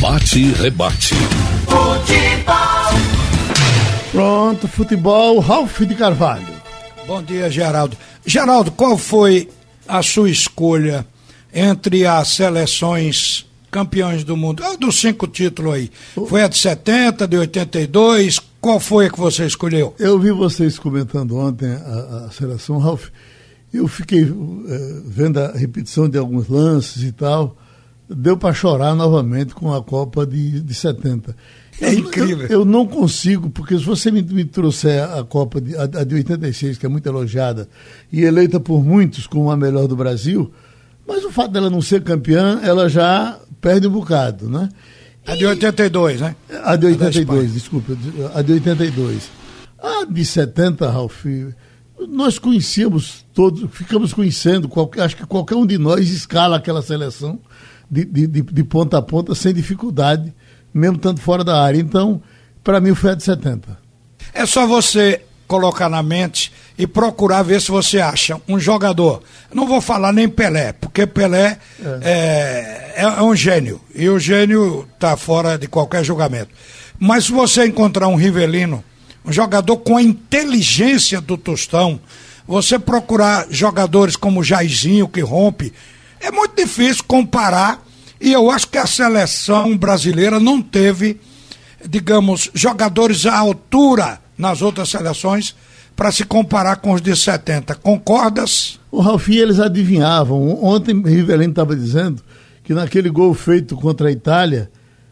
Bate e rebate. Futebol. Pronto, futebol, Ralf de Carvalho. Bom dia, Geraldo. Geraldo, qual foi a sua escolha entre as seleções campeões do mundo? Dos 5 títulos aí. Foi a de 70, de 82? Qual foi a que você escolheu? Eu vi vocês comentando ontem a seleção, Ralf. Eu fiquei vendo a repetição de alguns lances e tal. Deu para chorar novamente com a Copa de 70. É incrível. Eu não consigo, porque se você me trouxer a Copa a de 86, que é muito elogiada, e eleita por muitos como a melhor do Brasil, mas o fato dela não ser campeã, ela já perde um bocado, né? A de 82, né? A de 82, desculpa. A de 82. A de 70, Ralf, nós conhecíamos todos, ficamos conhecendo, acho que qualquer um de nós escala aquela seleção de ponta a ponta sem dificuldade, mesmo tanto fora da área. Então, para mim foi a de 70. É só você colocar na mente e procurar ver se você acha um jogador. Não vou falar nem Pelé, porque Pelé é um gênio, e o gênio está fora de qualquer julgamento. Mas se você encontrar um Rivelino, um jogador com a inteligência do Tostão, você procurar jogadores como Jairzinho, que rompe, é muito difícil comparar, e eu acho que a seleção brasileira não teve, digamos, jogadores à altura nas outras seleções para se comparar com os de 70. Concordas? O Ralf, eles adivinhavam. Ontem Rivelino estava dizendo que naquele gol feito contra a Itália,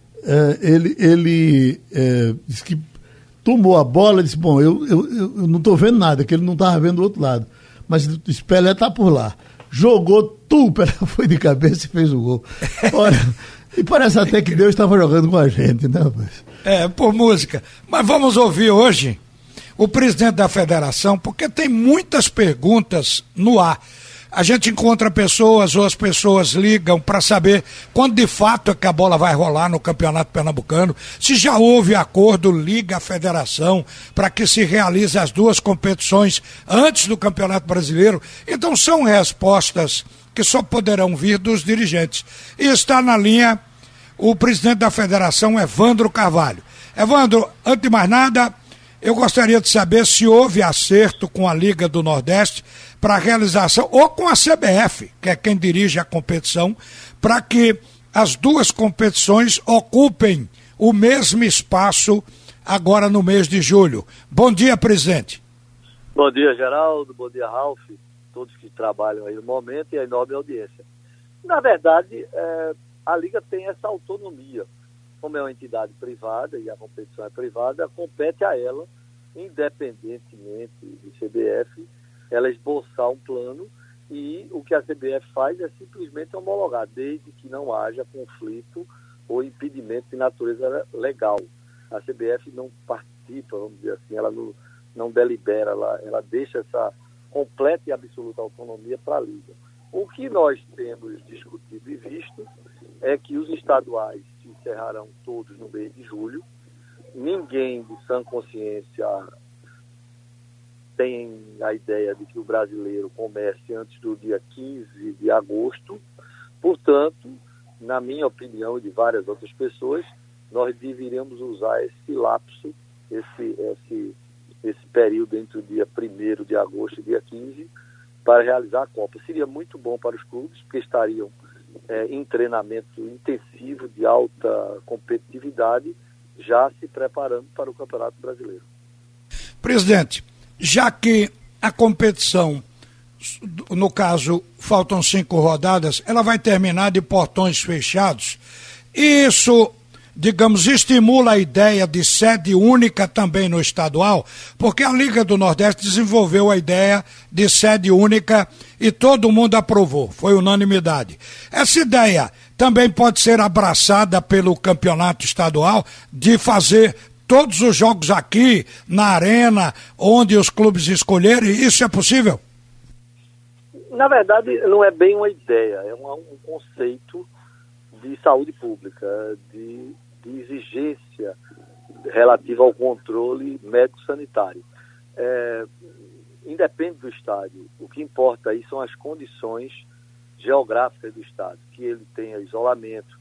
ele disse que tomou a bola e disse, bom, eu não estou vendo nada, que ele não estava vendo do outro lado. Mas o Pelé está por lá. Jogou, o Pelé foi de cabeça e fez o gol. Olha, e parece até que Deus estava jogando com a gente, né, rapaz? Por música. Mas vamos ouvir hoje o presidente da federação, porque tem muitas perguntas no ar. A gente encontra pessoas, ou as pessoas ligam para saber quando de fato é que a bola vai rolar no Campeonato Pernambucano, se já houve acordo, liga a federação para que se realize as duas competições antes do Campeonato Brasileiro. Então são respostas que só poderão vir dos dirigentes. E está na linha o presidente da federação, Evandro Carvalho. Evandro, antes de mais nada, eu gostaria de saber se houve acerto com a Liga do Nordeste para a realização, ou com a CBF, que é quem dirige a competição, para que as duas competições ocupem o mesmo espaço agora no mês de julho. Bom dia, presidente. Bom dia, Geraldo. Bom dia, Ralf. Todos que trabalham aí no momento e a enorme audiência. Na verdade, a Liga tem essa autonomia. Como é uma entidade privada e a competição é privada, compete a ela, independentemente do CBF, ela esboçar um plano, e o que a CBF faz é simplesmente homologar, desde que não haja conflito ou impedimento de natureza legal. A CBF não participa, vamos dizer assim, ela não delibera, ela deixa essa completa e absoluta autonomia para a Liga. O que nós temos discutido e visto é que os estaduais se encerrarão todos no mês de julho. Ninguém de sã consciência tem a ideia de que o brasileiro comece antes do dia 15 de agosto. Portanto, na minha opinião e de várias outras pessoas, nós deveríamos usar esse lapso, esse período entre o dia 1º de agosto e o dia 15 para realizar a Copa. Seria muito bom para os clubes, porque estariam em treinamento intensivo de alta competitividade, já se preparando para o Campeonato Brasileiro. Presidente, já que a competição, no caso, faltam 5 rodadas, ela vai terminar de portões fechados, isso, digamos, estimula a ideia de sede única também no estadual, porque a Liga do Nordeste desenvolveu a ideia de sede única e todo mundo aprovou, foi unanimidade. Essa ideia também pode ser abraçada pelo campeonato estadual, de fazer todos os jogos aqui na arena, onde os clubes escolherem. Isso é possível? Na verdade, não é bem uma ideia, é um conceito de saúde pública, de exigência relativa ao controle médico-sanitário. Independe do estádio, o que importa aí são as condições geográficas do estádio, que ele tenha isolamento, que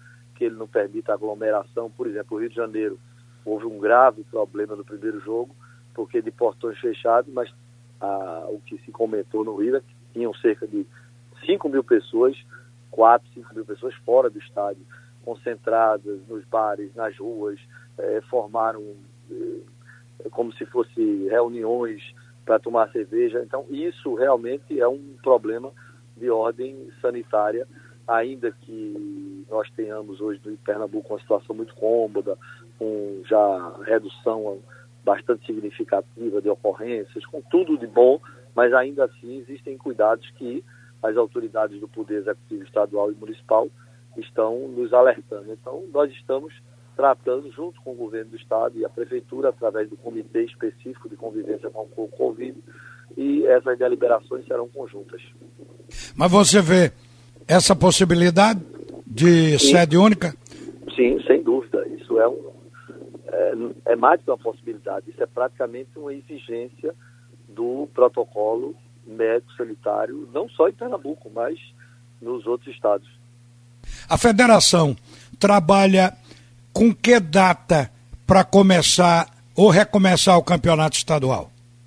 que ele não permita aglomeração. Por exemplo, o Rio de Janeiro houve um grave problema no primeiro jogo, porque de portões fechados, mas o que se comentou no Rio é que tinham cerca de 5 mil pessoas, 5 mil pessoas fora do estádio, concentradas nos bares, nas ruas, formaram como se fossem reuniões para tomar cerveja. Então, isso realmente é um problema de ordem sanitária, ainda que nós tenhamos hoje no Pernambuco uma situação muito cômoda, com já redução bastante significativa de ocorrências, com tudo de bom, mas ainda assim existem cuidados que as autoridades do Poder Executivo Estadual e Municipal estão nos alertando. Então, nós estamos tratando, junto com o governo do Estado e a Prefeitura, através do Comitê Específico de Convivência com o Covid, e essas deliberações serão conjuntas. Mas você vê essa possibilidade de sede única? Sim, sem dúvida. Isso é mais do que uma possibilidade. Isso é praticamente uma exigência do protocolo médico-sanitário, não só em Pernambuco, mas nos outros estados. A federação trabalha com que data para começar ou recomeçar o campeonato estadual?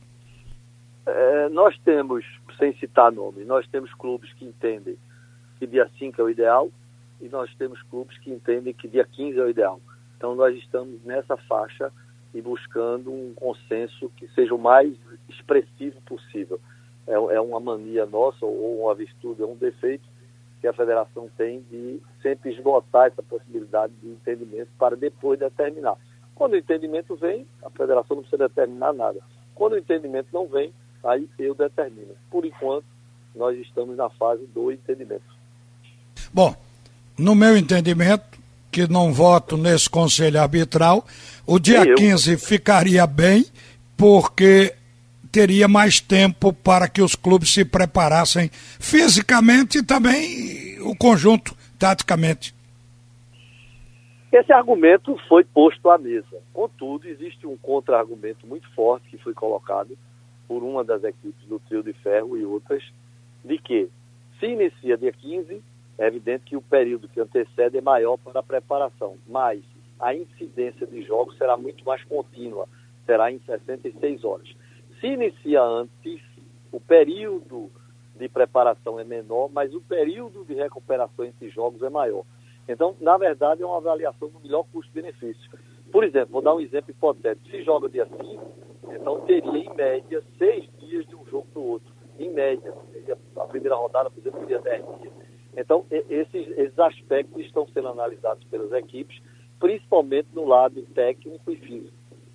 Nós temos, sem citar nomes, nós temos clubes que entendem que dia 5 é o ideal e nós temos clubes que entendem que dia 15 é o ideal. Então nós estamos nessa faixa e buscando um consenso que seja o mais expressivo possível. É uma mania nossa, ou uma virtude, é um defeito que a federação tem de sempre esgotar essa possibilidade de entendimento para depois determinar. Quando o entendimento vem, a federação não precisa determinar nada. Quando o entendimento não vem, aí eu determino. Por enquanto, nós estamos na fase do entendimento. Bom, no meu entendimento, que não voto nesse conselho arbitral, o dia 15 ficaria bem, porque teria mais tempo para que os clubes se preparassem fisicamente e também o conjunto, taticamente. Esse argumento foi posto à mesa. Contudo, existe um contra-argumento muito forte que foi colocado por uma das equipes do Trio de Ferro e outras, de que se inicia dia 15, é evidente que o período que antecede é maior para a preparação, mas a incidência de jogos será muito mais contínua, será em 66 horas. Se inicia antes, o período de preparação é menor, mas o período de recuperação entre jogos é maior. Então, na verdade, é uma avaliação do melhor custo-benefício. Por exemplo, vou dar um exemplo hipotético. Se joga dia 5, então teria, em média, 6 dias de um jogo para o outro. Em média. A primeira rodada, por exemplo, teria 10 dias. Então, esses aspectos estão sendo analisados pelas equipes, principalmente no lado técnico e físico.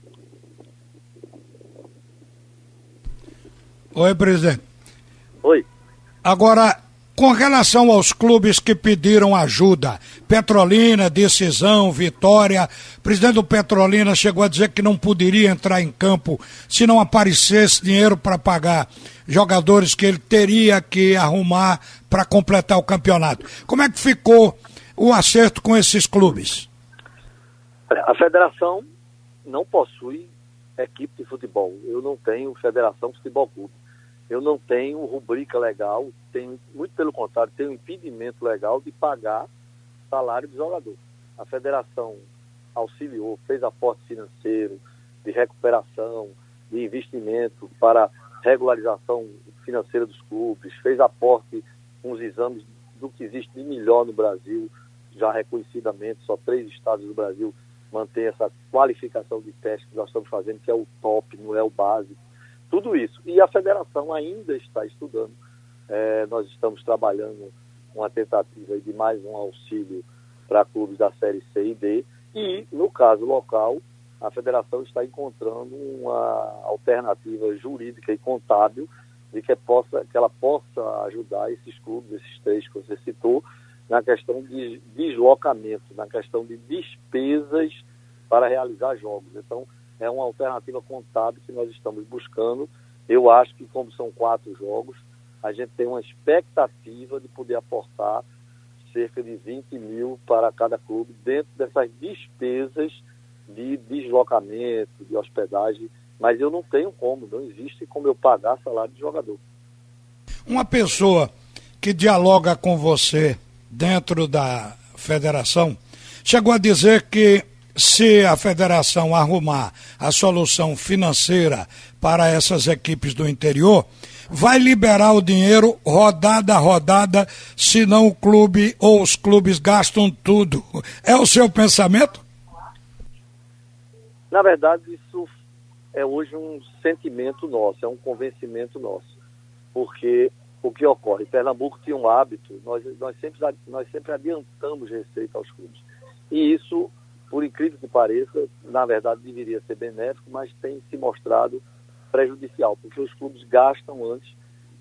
Oi, presidente. Oi. Agora, com relação aos clubes que pediram ajuda, Petrolina, Decisão, Vitória, o presidente do Petrolina chegou a dizer que não poderia entrar em campo se não aparecesse dinheiro para pagar jogadores que ele teria que arrumar para completar o campeonato. Como é que ficou o acerto com esses clubes? A federação não possui equipe de futebol. Eu não tenho Federação Futebol Clube. Eu não tenho rubrica legal, muito pelo contrário, tenho impedimento legal de pagar salário de jogador. A federação auxiliou, fez aporte financeiro, de recuperação, de investimento para regularização financeira dos clubes, fez aporte com os exames do que existe de melhor no Brasil, já reconhecidamente, só 3 estados do Brasil mantêm essa qualificação de teste que nós estamos fazendo, que é o top, não é o básico. Tudo isso. E a federação ainda está estudando. Nós estamos trabalhando uma tentativa de mais um auxílio para clubes da Série C e D. E, no caso local, a federação está encontrando uma alternativa jurídica e contábil de que ela possa ajudar esses clubes, esses 3 que você citou, na questão de deslocamento, na questão de despesas para realizar jogos. Então, é uma alternativa contábil que nós estamos buscando. Eu acho que, como são 4 jogos, a gente tem uma expectativa de poder aportar cerca de 20 mil para cada clube dentro dessas despesas de deslocamento, de hospedagem. Mas eu não tenho como, não existe como eu pagar salário de jogador. Uma pessoa que dialoga com você dentro da federação chegou a dizer que se a federação arrumar a solução financeira para essas equipes do interior, vai liberar o dinheiro rodada a rodada, senão o clube ou os clubes gastam tudo. É o seu pensamento? Na verdade, isso é hoje um sentimento nosso, é um convencimento nosso. Porque o que ocorre? Pernambuco tinha um hábito, nós sempre adiantamos receita aos clubes. E isso, por incrível que pareça, na verdade deveria ser benéfico, mas tem se mostrado prejudicial, porque os clubes gastam antes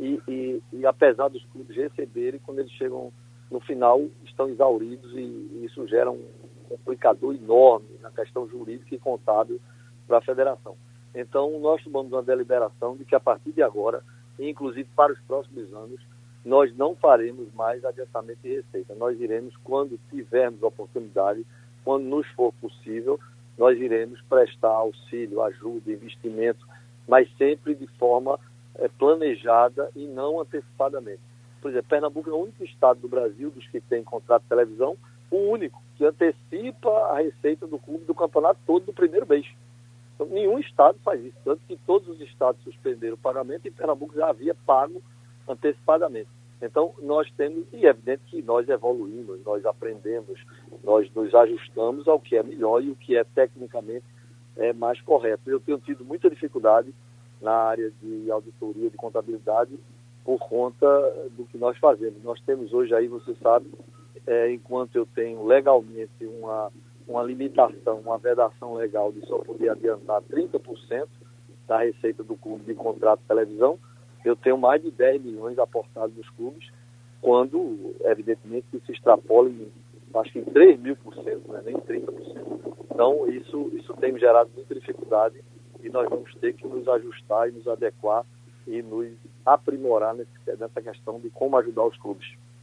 e apesar dos clubes receberem, quando eles chegam no final, estão exauridos e isso gera um complicador enorme na questão jurídica e contábil para a federação. Então, nós tomamos uma deliberação de que a partir de agora, e inclusive para os próximos anos, nós não faremos mais adiantamento de receita. Nós iremos, quando tivermos oportunidade, quando nos for possível, nós iremos prestar auxílio, ajuda, investimento, mas sempre de forma planejada e não antecipadamente. Por exemplo, Pernambuco é o único estado do Brasil, dos que tem contrato de televisão, o único que antecipa a receita do clube do campeonato todo do primeiro mês. Então, nenhum estado faz isso, tanto que todos os estados suspenderam o pagamento e Pernambuco já havia pago antecipadamente. Então, nós temos, e é evidente que nós evoluímos, nós aprendemos, nós nos ajustamos ao que é melhor e o que é tecnicamente mais correto. Eu tenho tido muita dificuldade na área de auditoria, de contabilidade, por conta do que nós fazemos. Nós temos hoje aí, você sabe, enquanto eu tenho legalmente uma limitação, uma vedação legal de só poder adiantar 30% da receita do clube de contrato de televisão, eu tenho mais de 10 milhões aportados nos clubes, quando, evidentemente, isso extrapola em, acho que em 3.000%, né? Nem 30%. Então, isso tem me gerado muita dificuldade e nós vamos ter que nos ajustar e nos adequar e nos aprimorar nessa questão de como ajudar os clubes.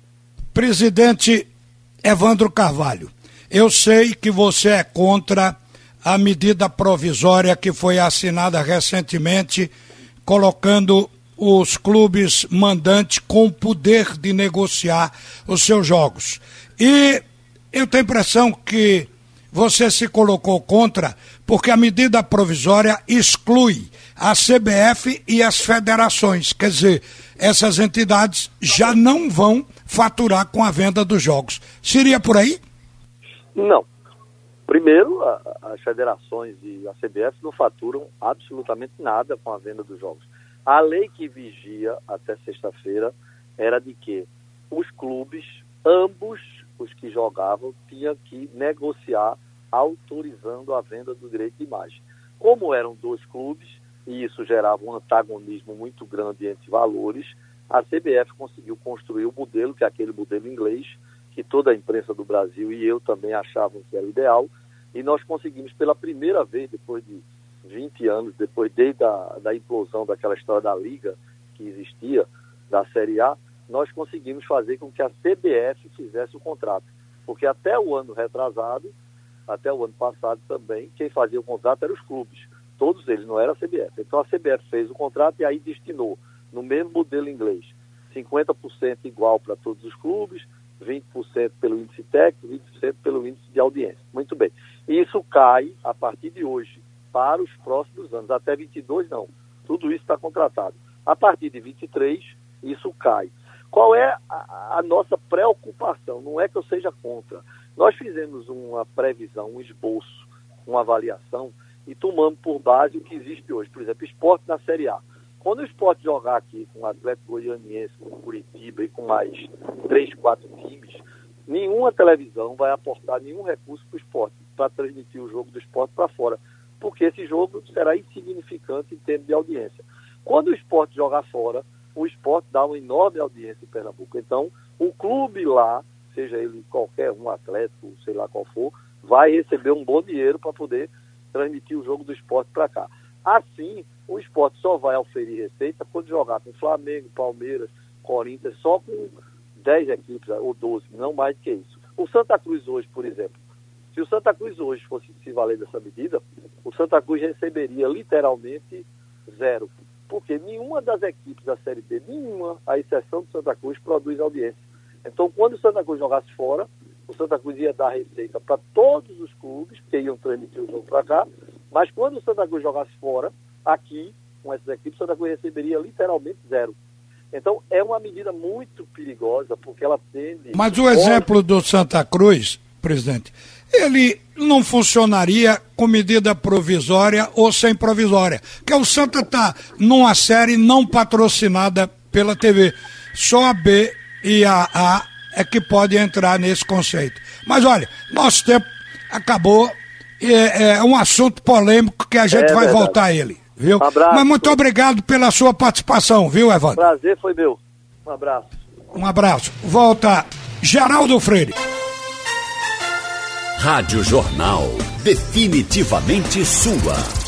Presidente Evandro Carvalho, eu sei que você é contra a medida provisória que foi assinada recentemente, colocando os clubes mandantes com poder de negociar os seus jogos. E eu tenho a impressão que você se colocou contra porque a medida provisória exclui a CBF e as federações. Quer dizer, essas entidades já não vão faturar com a venda dos jogos. Seria por aí? Não. Primeiro, as federações e a CBF não faturam absolutamente nada com a venda dos jogos. A lei que vigia até sexta-feira era de que os clubes, ambos os que jogavam, tinham que negociar autorizando a venda do direito de imagem. Como eram dois clubes, e isso gerava um antagonismo muito grande entre valores, a CBF conseguiu construir o modelo, que é aquele modelo inglês, que toda a imprensa do Brasil e eu também achavam que era o ideal, e nós conseguimos pela primeira vez, depois de 20 anos, desde a implosão daquela história da Liga que existia, da Série A, nós conseguimos fazer com que a CBF fizesse o contrato. Porque até o ano retrasado, até o ano passado também, quem fazia o contrato eram os clubes. Todos eles, não era a CBF. Então a CBF fez o contrato e aí destinou, no mesmo modelo inglês, 50% igual para todos os clubes, 20% pelo índice técnico, 20% pelo índice de audiência. Muito bem. E isso cai, a partir de hoje, para os próximos anos. Até 22 não. Tudo isso está contratado. A partir de 23, isso cai. Qual é a nossa preocupação? Não é que eu seja contra. Nós fizemos uma previsão, um esboço, uma avaliação e tomamos por base o que existe hoje. Por exemplo, esporte na Série A. Quando o esporte jogar aqui com o Atlético Goianiense, com o Curitiba e com mais 3, 4 times, nenhuma televisão vai aportar nenhum recurso para o esporte, para transmitir o jogo do esporte para fora, porque esse jogo será insignificante em termos de audiência. Quando o esporte jogar fora, o esporte dá uma enorme audiência em Pernambuco. Então, o clube lá, seja ele qualquer um, Atlético, sei lá qual for, vai receber um bom dinheiro para poder transmitir o jogo do esporte para cá. Assim, o esporte só vai oferir receita quando jogar com Flamengo, Palmeiras, Corinthians, só com 10 equipes ou 12, não mais do que isso. O Santa Cruz hoje, por exemplo, se o Santa Cruz hoje fosse se valer dessa medida, o Santa Cruz receberia literalmente zero. Porque nenhuma das equipes da Série B, nenhuma, à exceção do Santa Cruz, produz audiência. Então, quando o Santa Cruz jogasse fora, o Santa Cruz ia dar receita para todos os clubes, que iam transmitir o jogo para cá, mas quando o Santa Cruz jogasse fora, aqui, com essas equipes, o Santa Cruz receberia literalmente zero. Então, é uma medida muito perigosa, porque ela tende... Mas o exemplo do Santa Cruz, presidente, ele não funcionaria com medida provisória ou sem provisória, porque o Santa está numa série não patrocinada pela TV. Só a B e a A é que pode entrar nesse conceito. Mas olha, nosso tempo acabou, é um assunto polêmico que a gente vai voltar a ele, viu? Abraço. Mas muito obrigado pela sua participação, viu, Evandro? Prazer foi meu. Um abraço. Um abraço. Volta Geraldo Freire. Rádio Jornal, definitivamente sua.